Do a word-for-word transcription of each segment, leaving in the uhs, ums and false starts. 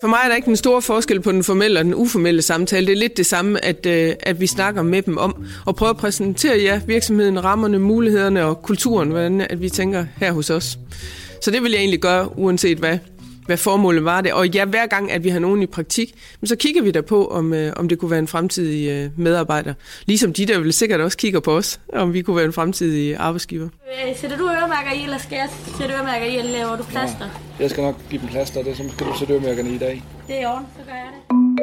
For mig er der ikke en stor forskel på den formelle og den uformelle samtale. Det er lidt det samme, at, at vi snakker med dem om at prøve at præsentere ja, virksomheden, rammerne, mulighederne og kulturen, hvordan at vi tænker her hos os. Så det vil jeg egentlig gøre, uanset hvad, hvad formålet var det. Og ja, hver gang, at vi har nogen i praktik, så kigger vi der på, om, om det kunne være en fremtidig medarbejder. Ligesom de der vil sikkert også kigger på os, om vi kunne være en fremtidig arbejdsgiver. Sætter du øremærker i, eller skal jeg sætte øremærker i, eller laver du plaster? Ja, jeg skal nok give dem plaster, og det så skal du sætte øremærkerne i i dag. Det er i orden, så gør jeg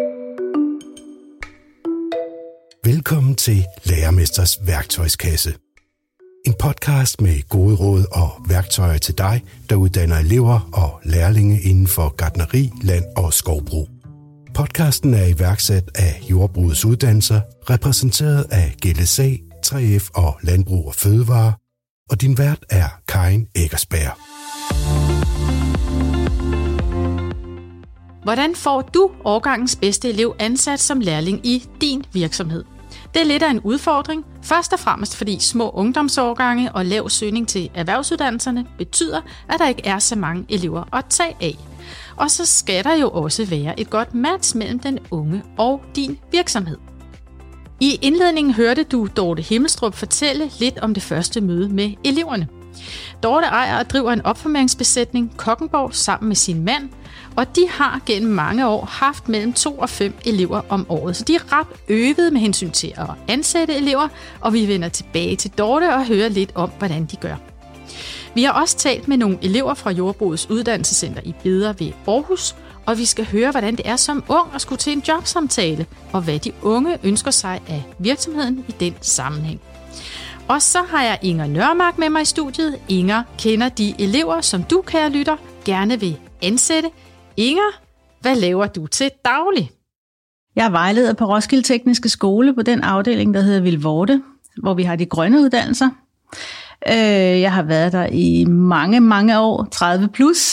det. Velkommen til Lærermesters værktøjskasse. En podcast med gode råd og værktøjer til dig, der uddanner elever og lærlinge inden for gartneri, land og skovbrug. Podcasten er iværksat af Jordbrugets Uddannelser, repræsenteret af G L S A, tre F og Landbrug og Fødevare, og din vært er Karin Eckersberg. Hvordan får du årgangens bedste elev ansat som lærling i din virksomhed? Det er lidt af en udfordring, først og fremmest fordi små ungdomsårgange og lav søgning til erhvervsuddannelserne betyder, at der ikke er så mange elever at tage af. Og så skal der jo også være et godt match mellem den unge og din virksomhed. I indledningen hørte du Dorte Himmelstrup fortælle lidt om det første møde med eleverne. Dorte ejer og driver en opformeringsbesætning Kokkenborg sammen med sin mand, og de har gennem mange år haft mellem to og fem elever om året. Så de er ret øvede med hensyn til at ansætte elever, og vi vender tilbage til Dorte og hører lidt om, hvordan de gør. Vi har også talt med nogle elever fra Jordbrugets Uddannelsescenter i Beder ved Aarhus, og vi skal høre, hvordan det er som ung at skulle til en jobsamtale, og hvad de unge ønsker sig af virksomheden i den sammenhæng. Og så har jeg Inger Nørmark med mig i studiet. Inger kender de elever, som du, kære lytter, gerne vil ansætte. Inger, hvad laver du til daglig? Jeg er vejleder på Roskilde Tekniske Skole på den afdeling, der hedder Vilvorte, hvor vi har de grønne uddannelser. Jeg har været der i mange, mange år, tredive plus,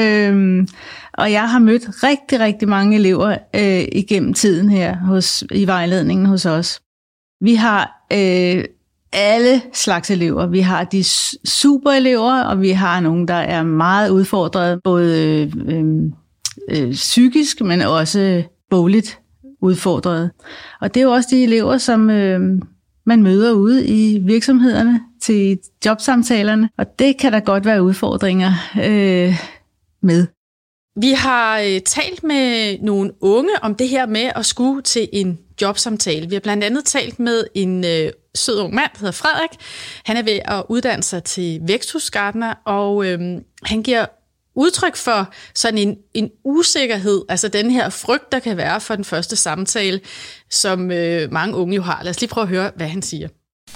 og jeg har mødt rigtig, rigtig mange elever igennem tiden her hos, i vejledningen hos os. Vi har alle slags elever. Vi har de superelever, og vi har nogle, der er meget udfordret, både øh, øh, psykisk, men også bogligt udfordret. Og det er jo også de elever, som øh, man møder ude i virksomhederne til jobsamtalerne, og det kan der godt være udfordringer øh, med. Vi har øh, talt med nogle unge om det her med at skulle til en jobsamtale. Vi har blandt andet talt med en øh, sød ung mand, der hedder Frederik. Han er ved at uddanne sig til væksthusgartner, og øh, han giver udtryk for sådan en, en usikkerhed, altså den her frygt, der kan være for den første samtale, som øh, mange unge jo har. Lad os lige prøve at høre, hvad han siger.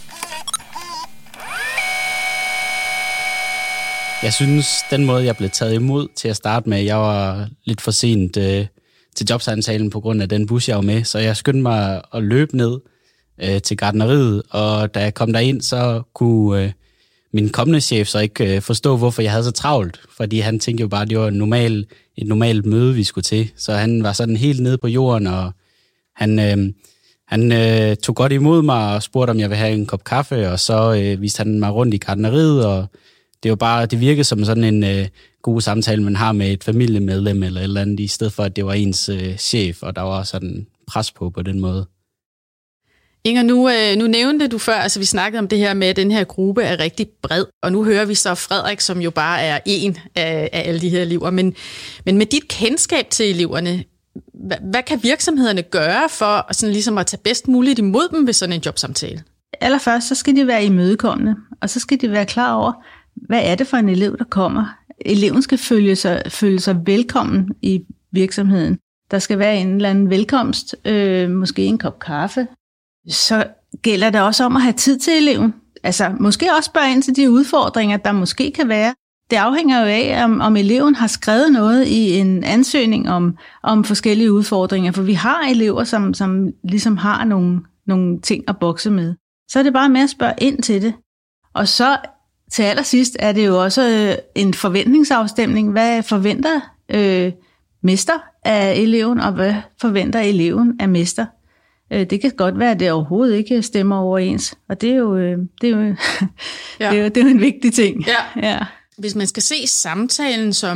Jeg synes, den måde, jeg blev taget imod til at starte med, jeg var lidt for sent øh, til jobsamtalen på grund af den bus, jeg var med, så jeg skyndte mig at løbe ned øh, til gartneriet, og da jeg kom derind, så kunne øh, min kommende chef så ikke øh, forstå, hvorfor jeg havde så travlt, fordi han tænkte jo bare, at det var normal, et normalt møde, vi skulle til, så han var sådan helt nede på jorden, og han, øh, han øh, tog godt imod mig og spurgte, om jeg ville have en kop kaffe, og så øh, viste han mig rundt i gartneriet, og det var bare, det virkede som sådan en øh, god samtale, man har med et familiemedlem eller et eller andet, i stedet for, at det var ens øh, chef, og der var sådan pres på på den måde. Inger, nu, øh, nu nævnte du før, altså vi snakkede om det her med, at den her gruppe er rigtig bred, og nu hører vi så Frederik, som jo bare er en af, af alle de her elever, men, men med dit kendskab til eleverne, hvad, hvad kan virksomhederne gøre for sådan ligesom at tage bedst muligt imod dem ved sådan en jobsamtale? Allerførst, så skal de være imødekommende, og så skal de være klar over, hvad er det for en elev, der kommer? Eleven skal føle sig, føle sig velkommen i virksomheden. Der skal være en eller anden velkomst, øh, måske en kop kaffe. Så gælder det også om at have tid til eleven. Altså måske også spørge ind til de udfordringer, der måske kan være. Det afhænger jo af, om, om eleven har skrevet noget i en ansøgning om, om forskellige udfordringer. For vi har elever, som, som ligesom har nogle, nogle ting at bokse med. Så er det bare med at spørge ind til det. Og så til allersidst er det jo også en forventningsafstemning. Hvad forventer øh, mester af eleven, og hvad forventer eleven af mester? Øh, det kan godt være, at det overhovedet ikke stemmer overens, og det er jo, øh, det er jo, ja. det er jo, det er jo en vigtig ting. Ja. Ja. Hvis man skal se samtalen som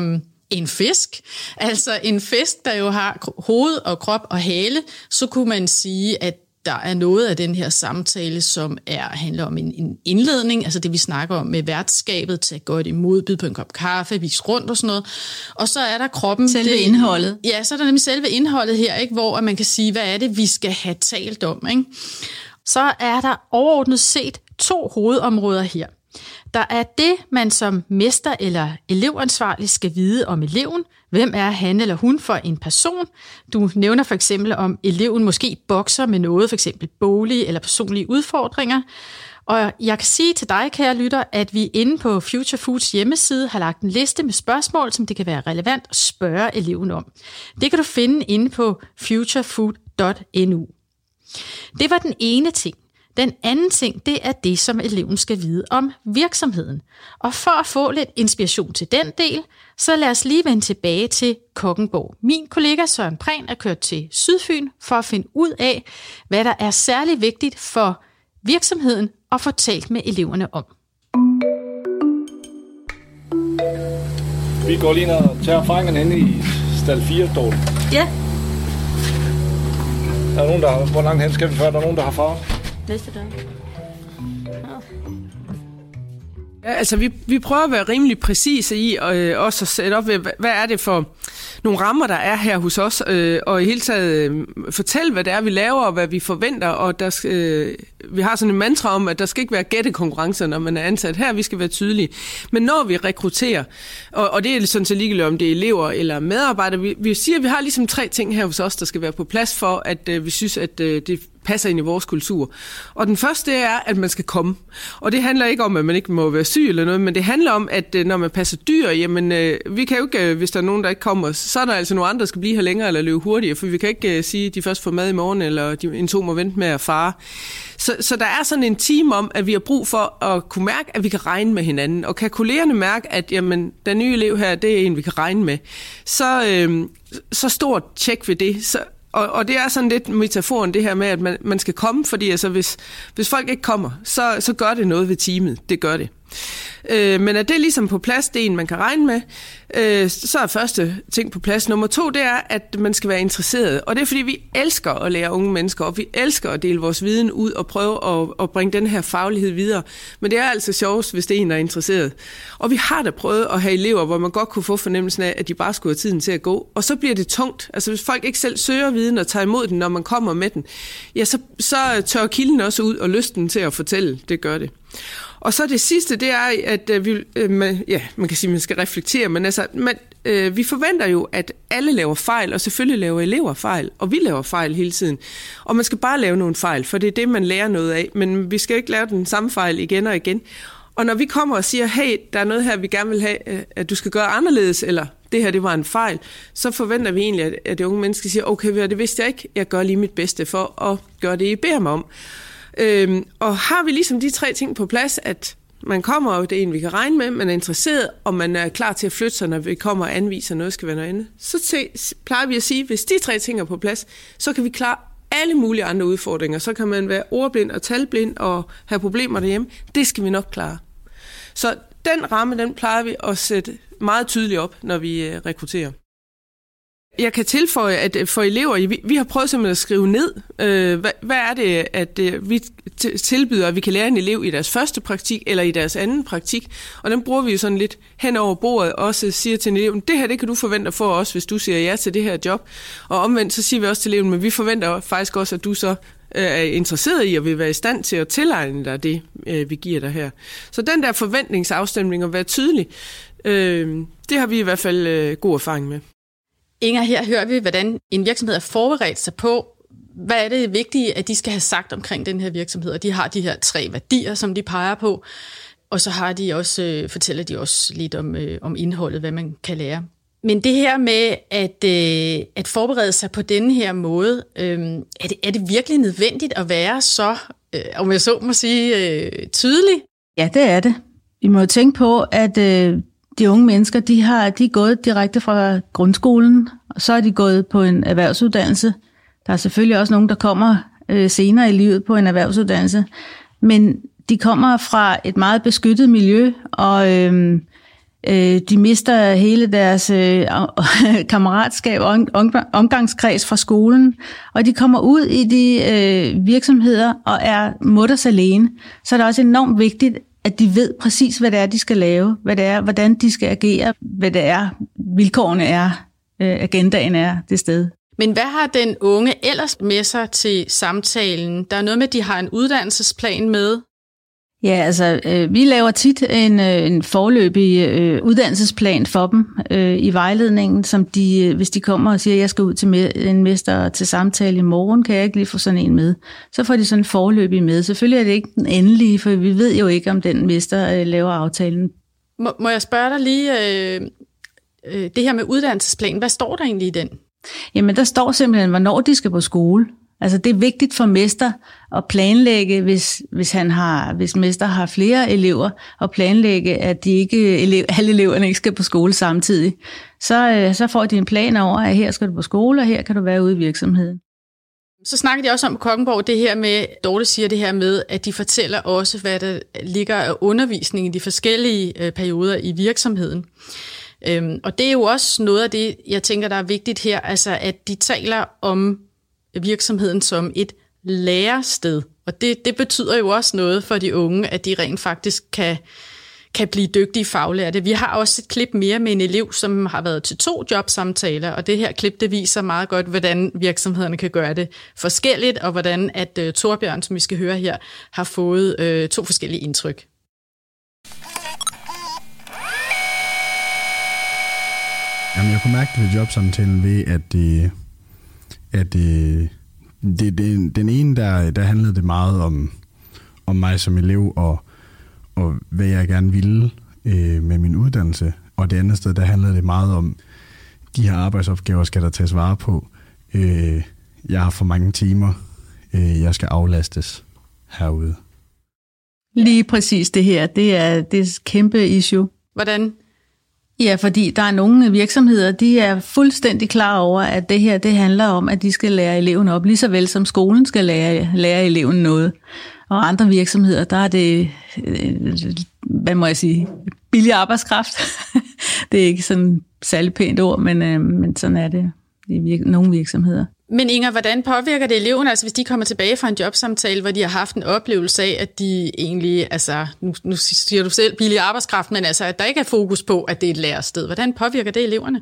en fisk. Altså en fisk, der jo har hoved og krop og hale, så kunne man sige, at der er noget af den her samtale, som er handler om en, en indledning, altså det vi snakker om med værtskabet, tage godt imod, byde på en kop kaffe, vise rundt og sådan noget. Og så er der kroppen. Selve det, indholdet. Ja, så er der nemlig selve indholdet her, ikke, hvor man kan sige, hvad er det, vi skal have talt om. Ikke? Så er der overordnet set to hovedområder her. Der er det, man som mester eller elevansvarlig skal vide om eleven. Hvem er han eller hun for en person? Du nævner for eksempel, om eleven måske bokser med noget, for eksempel boglige eller personlige udfordringer. Og jeg kan sige til dig, kære lytter, at vi inde på Future Foods hjemmeside har lagt en liste med spørgsmål, som det kan være relevant at spørge eleven om. Det kan du finde inde på futurefood punktum n u. Det var den ene ting. Den anden ting, det er det, som eleven skal vide om virksomheden. Og for at få lidt inspiration til den del, så lad os lige vende tilbage til Kokkenborg. Min kollega Søren Prehn er kørt til Sydfyn for at finde ud af, hvad der er særlig vigtigt for virksomheden at få talt med eleverne om. Vi går lige ned og tager erfaringerne inde i stald fire, står det. Ja. Der er nogen, der har, hvor langt hen skal vi før? Der er nogen, der har farvet. Næste dag. Ja, altså vi, vi prøver at være rimelig præcise i øh, også at sætte op ved, hvad, hvad er det for nogle rammer, der er her hos os, øh, og i hele taget øh, fortælle, hvad det er, vi laver, og hvad vi forventer, og der skal, øh, vi har sådan en mantra om, at der skal ikke være gættekonkurrencer, når man er ansat her, vi skal være tydelige. Men når vi rekrutterer, og, og det er sådan set ligegyldigt, om det er elever eller medarbejdere, vi, vi siger, at vi har ligesom tre ting her hos os, der skal være på plads for, at øh, vi synes, at øh, det passer ind i vores kultur. Og den første er, at man skal komme. Og det handler ikke om, at man ikke må være syg eller noget, men det handler om, at når man passer dyr, jamen vi kan jo ikke, hvis der er nogen, der ikke kommer, så er der altså nogle andre, der skal blive her længere eller løbe hurtigere, for vi kan ikke sige, at de først får mad i morgen, eller de, en to må vente med at fare. Så, så der er sådan en team om, at vi har brug for at kunne mærke, at vi kan regne med hinanden. Og kan kollegerne mærke, at jamen, den nye elev her, det er en, vi kan regne med. Så, øh, så stort tjek ved det. Så Og, og det er sådan lidt metaforen, det her med, at man, man skal komme, fordi altså, hvis, hvis folk ikke kommer, så, så gør det noget ved teamet. Det gør det. Øh, men at det er ligesom på plads, det er en, man kan regne med, øh, så er første ting på plads. Nummer to, det er, at man skal være interesseret. Og det er, fordi vi elsker at lære unge mennesker, og vi elsker at dele vores viden ud og prøve at, at bringe den her faglighed videre. Men det er altså sjovest, hvis det er en, der er interesseret. Og vi har da prøvet at have elever, hvor man godt kunne få fornemmelsen af, at de bare skulle have tiden til at gå. Og så bliver det tungt. Altså hvis folk ikke selv søger viden og tager imod den, når man kommer med den, ja, så, så tør kilden også ud og lysten til at fortælle. Det gør det. Og så det sidste, det er, at øh, vi, øh, man, ja, man kan sige, at man skal reflektere, men altså, man, øh, vi forventer jo, at alle laver fejl, og selvfølgelig laver elever fejl, og vi laver fejl hele tiden. Og man skal bare lave nogle fejl, for det er det, man lærer noget af, men vi skal ikke lave den samme fejl igen og igen. Og når vi kommer og siger, hey, der er noget her, vi gerne vil have, at du skal gøre anderledes, eller det her, det var en fejl, så forventer vi egentlig, at det unge menneske siger, okay, det vidste jeg ikke, jeg gør lige mit bedste for at gøre det, I beder mig om. Øhm, og har vi ligesom de tre ting på plads, at man kommer, og det er en, vi kan regne med, man er interesseret, og man er klar til at flytte sig, når vi kommer og anviser, noget skal være noget andet, så til, plejer vi at sige, hvis de tre ting er på plads, så kan vi klare alle mulige andre udfordringer. Så kan man være ordblind og talblind og have problemer derhjemme. Det skal vi nok klare. Så den ramme, den plejer vi at sætte meget tydeligt op, når vi rekrutterer. Jeg kan tilføje, at for elever, vi, vi har prøvet simpelthen at skrive ned, øh, hvad, hvad er det, at øh, vi tilbyder, at vi kan lære en elev i deres første praktik eller i deres anden praktik, og den bruger vi jo sådan lidt hen over bordet, og også siger til en elev, det her, det kan du forvente for os, hvis du siger ja til det her job, og omvendt, så siger vi også til eleven, men vi forventer faktisk også, at du så øh, er interesseret i, og vil være i stand til at tilegne dig det, øh, vi giver dig her. Så den der forventningsafstemning og være tydelig, øh, det har vi i hvert fald øh, god erfaring med. Inger, her hører vi, hvordan en virksomhed er forberedt sig på, hvad er det vigtige, at de skal have sagt omkring den her virksomhed, og de har de her tre værdier, som de peger på, og så har de også, øh, fortæller de også lidt om, øh, om indholdet, hvad man kan lære. Men det her med at, øh, at forberede sig på denne her måde, øh, er, det, er det virkelig nødvendigt at være så, øh, om jeg så må sige, øh, tydelig? Ja, det er det. Vi må jo tænke på, at øh, de unge mennesker, de, har, de er gået direkte fra grundskolen, og så er de gået på en erhvervsuddannelse. Der er selvfølgelig også nogen, der kommer øh, senere i livet på en erhvervsuddannelse, men de kommer fra et meget beskyttet miljø, og øh, Øh, de mister hele deres øh, kammeratskab og omgangskreds fra skolen, og de kommer ud i de øh, virksomheder og er mutters alene. Så er det også enormt vigtigt, at de ved præcis, hvad det er, de skal lave, hvad det er, hvordan de skal agere, hvad det er, vilkårene er, øh, agendaen er det sted. Men hvad har den unge ellers med sig til samtalen? Der er noget med, at de har en uddannelsesplan med. Ja, altså, øh, vi laver tit en, øh, en foreløbig øh, uddannelsesplan for dem øh, i vejledningen, som de, øh, hvis de kommer og siger, at jeg skal ud til me- en mester til samtale i morgen, kan jeg ikke lige få sådan en med. Så får de sådan en foreløbig med. Selvfølgelig er det ikke den endelige, for vi ved jo ikke, om den mester øh, laver aftalen. Må, må jeg spørge dig lige, øh, øh, det her med uddannelsesplan, hvad står der egentlig i den? Jamen, der står simpelthen, hvornår de skal på skole. Altså, det er vigtigt for mester at planlægge, hvis, hvis, han har, hvis mester har flere elever, og planlægge, at de ikke, elev, alle eleverne ikke skal på skole samtidig. Så, så får de en plan over, at her skal du på skole, og her kan du være ude i virksomheden. Så snakker de også om på Kokkenborg det her med, Dorte siger det her med, at de fortæller også, hvad der ligger af undervisning i de forskellige øh, perioder i virksomheden. Øhm, og det er jo også noget af det, jeg tænker, der er vigtigt her, altså at de taler om virksomheden som et lærested. Og det, det betyder jo også noget for de unge, at de rent faktisk kan, kan blive dygtige faglærte. Vi har også et klip mere med en elev, som har været til to jobsamtaler, og det her klip, det viser meget godt, hvordan virksomhederne kan gøre det forskelligt, og hvordan at uh, Torbjørn, som vi skal høre her, har fået uh, to forskellige indtryk. Jamen, jeg kunne mærke det ved jobsamtalen ved, at det, at det, det, det, den ene, der, der handlede det meget om, om mig som elev, og, og hvad jeg gerne ville øh, med min uddannelse. Og det andet sted, der handlede det meget om, de her arbejdsopgaver skal der tages vare på. Øh, jeg har for mange timer. Øh, jeg skal aflastes herude. Lige præcis det her. Det er, det er et kæmpe issue. Hvordan? Ja, fordi der er nogle virksomheder, de er fuldstændig klar over, at det her det handler om, at de skal lære eleven op, lige så vel som skolen skal lære, lære eleven noget. Og andre virksomheder, der er det, hvad må jeg sige, billig arbejdskraft. Det er ikke sådan særlig pænt ord, men, men sådan er det i nogle virksomheder. Men Inger, hvordan påvirker det eleven, altså hvis de kommer tilbage fra en jobsamtale, hvor de har haft en oplevelse af, at de egentlig, altså nu, nu siger du selv billig arbejdskraft, men altså at der ikke er fokus på, at det er et lærested. Hvordan påvirker det eleverne?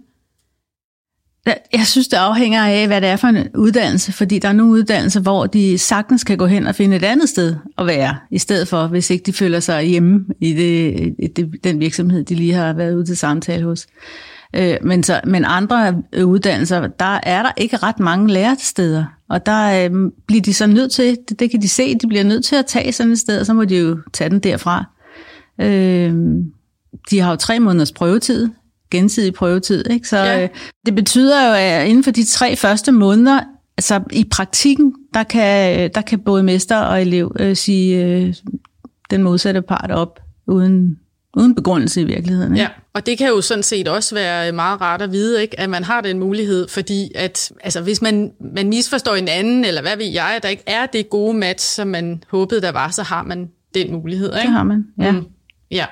Jeg synes, det afhænger af, hvad det er for en uddannelse, fordi der er nogle uddannelser, hvor de sagtens kan gå hen og finde et andet sted at være, i stedet for, hvis ikke de føler sig hjemme i, det, i det, den virksomhed, de lige har været ude til samtale hos. Men, så, men andre uddannelser, der er der ikke ret mange læresteder, og der øh, bliver de så nødt til, det, det kan de se, de bliver nødt til at tage sådan et sted, og så må de jo tage den derfra. Øh, de har jo tre måneders prøvetid, gensidig prøvetid, ikke? Så ja. øh, det betyder jo, at inden for de tre første måneder, altså i praktikken, der kan, der kan både mester og elev øh, sige øh, den modsatte part op, uden Uden begrundelse i virkeligheden. Ikke? Ja, og det kan jo sådan set også være meget rart at vide, ikke? At man har den mulighed, fordi at, altså, hvis man, man misforstår en anden, eller hvad ved jeg, at der ikke er det gode match, som man håbede, der var, så har man den mulighed. Ikke? Det har man, ja. Mm. Ja.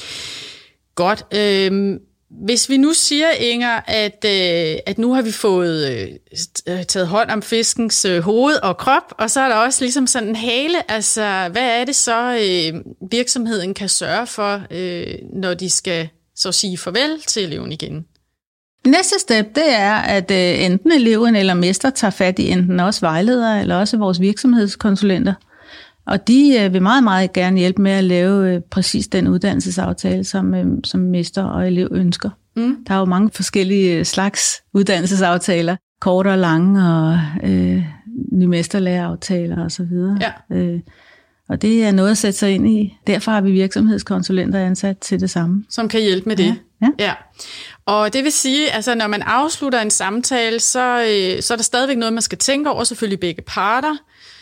Godt. Øhm, hvis vi nu siger, Inger, at, øh, at nu har vi fået øh, taget hånd om fiskens øh, hoved og krop, og så er der også ligesom sådan en hale, altså hvad er det så øh, virksomheden kan sørge for, øh, når de skal så sige farvel til eleven igen? Næste step, det er, at øh, enten eleven eller mester tager fat i enten også vejledere, eller også vores virksomhedskonsulenter. Og de øh, vil meget, meget gerne hjælpe med at lave øh, præcis den uddannelsesaftale, som, øh, som mester og elev ønsker. Mm. Der er jo mange forskellige slags uddannelsesaftaler, korte og lange, og øh, nye mesterlæreraftaler osv. Ja. Øh, og det er noget at sætte sig ind i. Derfor har vi virksomhedskonsulenter ansat til det samme. Som kan hjælpe med det. Ja. Ja. Ja. Og det vil sige, altså når man afslutter en samtale, så, øh, så er der stadigvæk noget, man skal tænke over, selvfølgelig begge parter.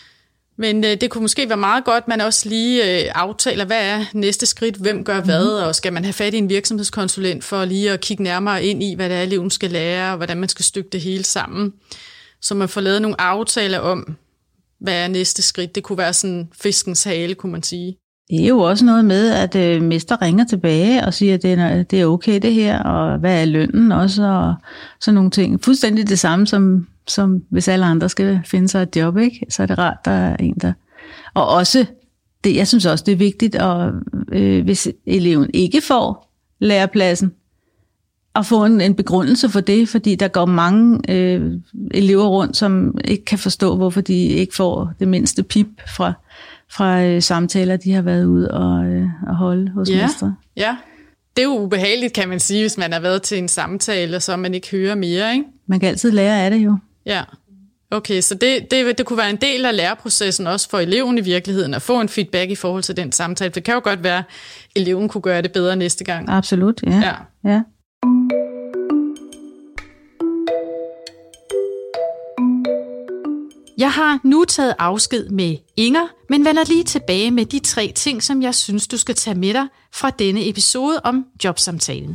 Men øh, det kunne måske være meget godt, at man også lige øh, aftaler, hvad er næste skridt, hvem gør hvad, mm. og skal man have fat i en virksomhedskonsulent for lige at kigge nærmere ind i, hvad det er, eleven skal lære, og hvordan man skal stykke det hele sammen. Så man får lavet nogle aftaler om, hvad er næste skridt. Det kunne være sådan fiskens hale, kunne man sige. Det er jo også noget med, at øh, mester ringer tilbage og siger, at det er, det er okay det her, og hvad er lønnen også, og sådan nogle ting. Fuldstændig det samme, som, som hvis alle andre skal finde sig et job, ikke? Så er det rart, der er en, der... Og også, det, jeg synes også, det er vigtigt, at, øh, hvis eleven ikke får lærepladsen, at få en, en begrundelse for det, fordi der går mange øh, elever rundt, som ikke kan forstå, hvorfor de ikke får det mindste pip fra, fra øh, samtaler, de har været ude og, øh, og holde hos ja. mestre. Ja, det er jo ubehageligt, kan man sige, hvis man har været til en samtale, så man ikke hører mere, ikke? Man kan altid lære af det jo. Ja, okay, så det, det, det kunne være en del af læreprocessen også for eleven i virkeligheden, at få en feedback i forhold til den samtale. Det kan jo godt være, at eleven kunne gøre det bedre næste gang. Absolut, ja. ja. ja. Jeg har nu taget afsked med Inger, men vender lige tilbage med de tre ting, som jeg synes, du skal tage med dig fra denne episode om jobsamtalen.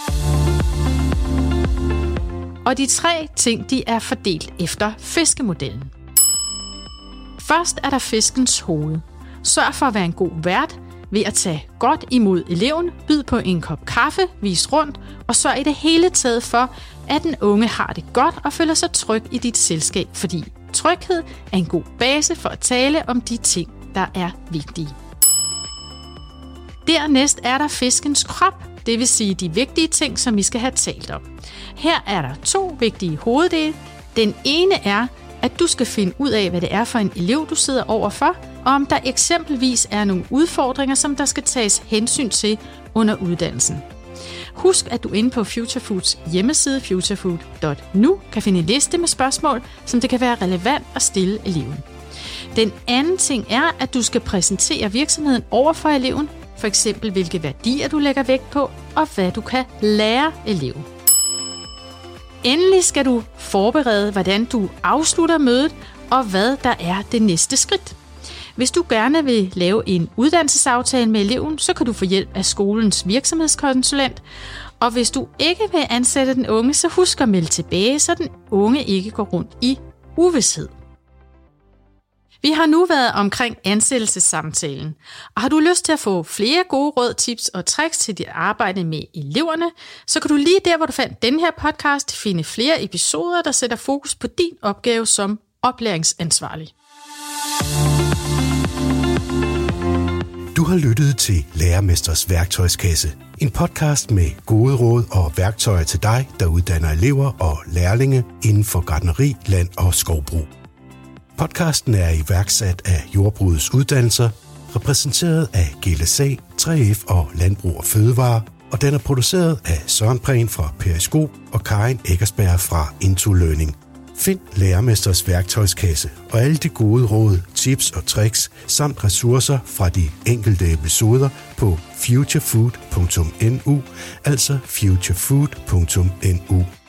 Og de tre ting, de er fordelt efter fiskemodellen. Først er der fiskens hoved. Sørg for at være en god vært ved at tage godt imod eleven, byd på en kop kaffe, vis rundt og sørg i det hele taget for, at den unge har det godt og føler sig tryg i dit selskab, fordi tryghed er en god base for at tale om de ting, der er vigtige. Dernæst er der fiskens krop, det vil sige de vigtige ting, som vi skal have talt om. Her er der to vigtige hoveddele. Den ene er, at du skal finde ud af, hvad det er for en elev, du sidder overfor, og om der eksempelvis er nogle udfordringer, som der skal tages hensyn til under uddannelsen. Husk, at du inde på Futurefoods hjemmeside futurefood punktum n u kan finde en liste med spørgsmål, som det kan være relevant at stille eleven. Den anden ting er, at du skal præsentere virksomheden over for eleven, for eksempel hvilke værdier du lægger vægt på, og hvad du kan lære eleven. Endelig skal du forberede, hvordan du afslutter mødet, og hvad der er det næste skridt. Hvis du gerne vil lave en uddannelsesaftale med eleven, så kan du få hjælp af skolens virksomhedskonsulent. Og hvis du ikke vil ansætte den unge, så husk at melde tilbage, så den unge ikke går rundt i uvished. Vi har nu været omkring ansættelsessamtalen, og har du lyst til at få flere gode råd, tips og tricks til dit arbejde med eleverne, så kan du lige der, hvor du fandt den her podcast, finde flere episoder, der sætter fokus på din opgave som oplæringsansvarlig. Du har lyttet til Lærermesters værktøjskasse. En podcast med gode råd og værktøjer til dig, der uddanner elever og lærlinge inden for gartneri, land og skovbrug. Podcasten er iværksat af Jordbrugets Uddannelser, repræsenteret af G L S A, tre F og Landbrug og Fødevare, og den er produceret af Søren Prehn fra Periskop og Karin Eggersberg fra Into Learning. Find Lærermesters værktøjskasse og alle de gode råd, tips og tricks samt ressourcer fra de enkelte episoder på futurefood punktum n u, altså futurefood punktum n u.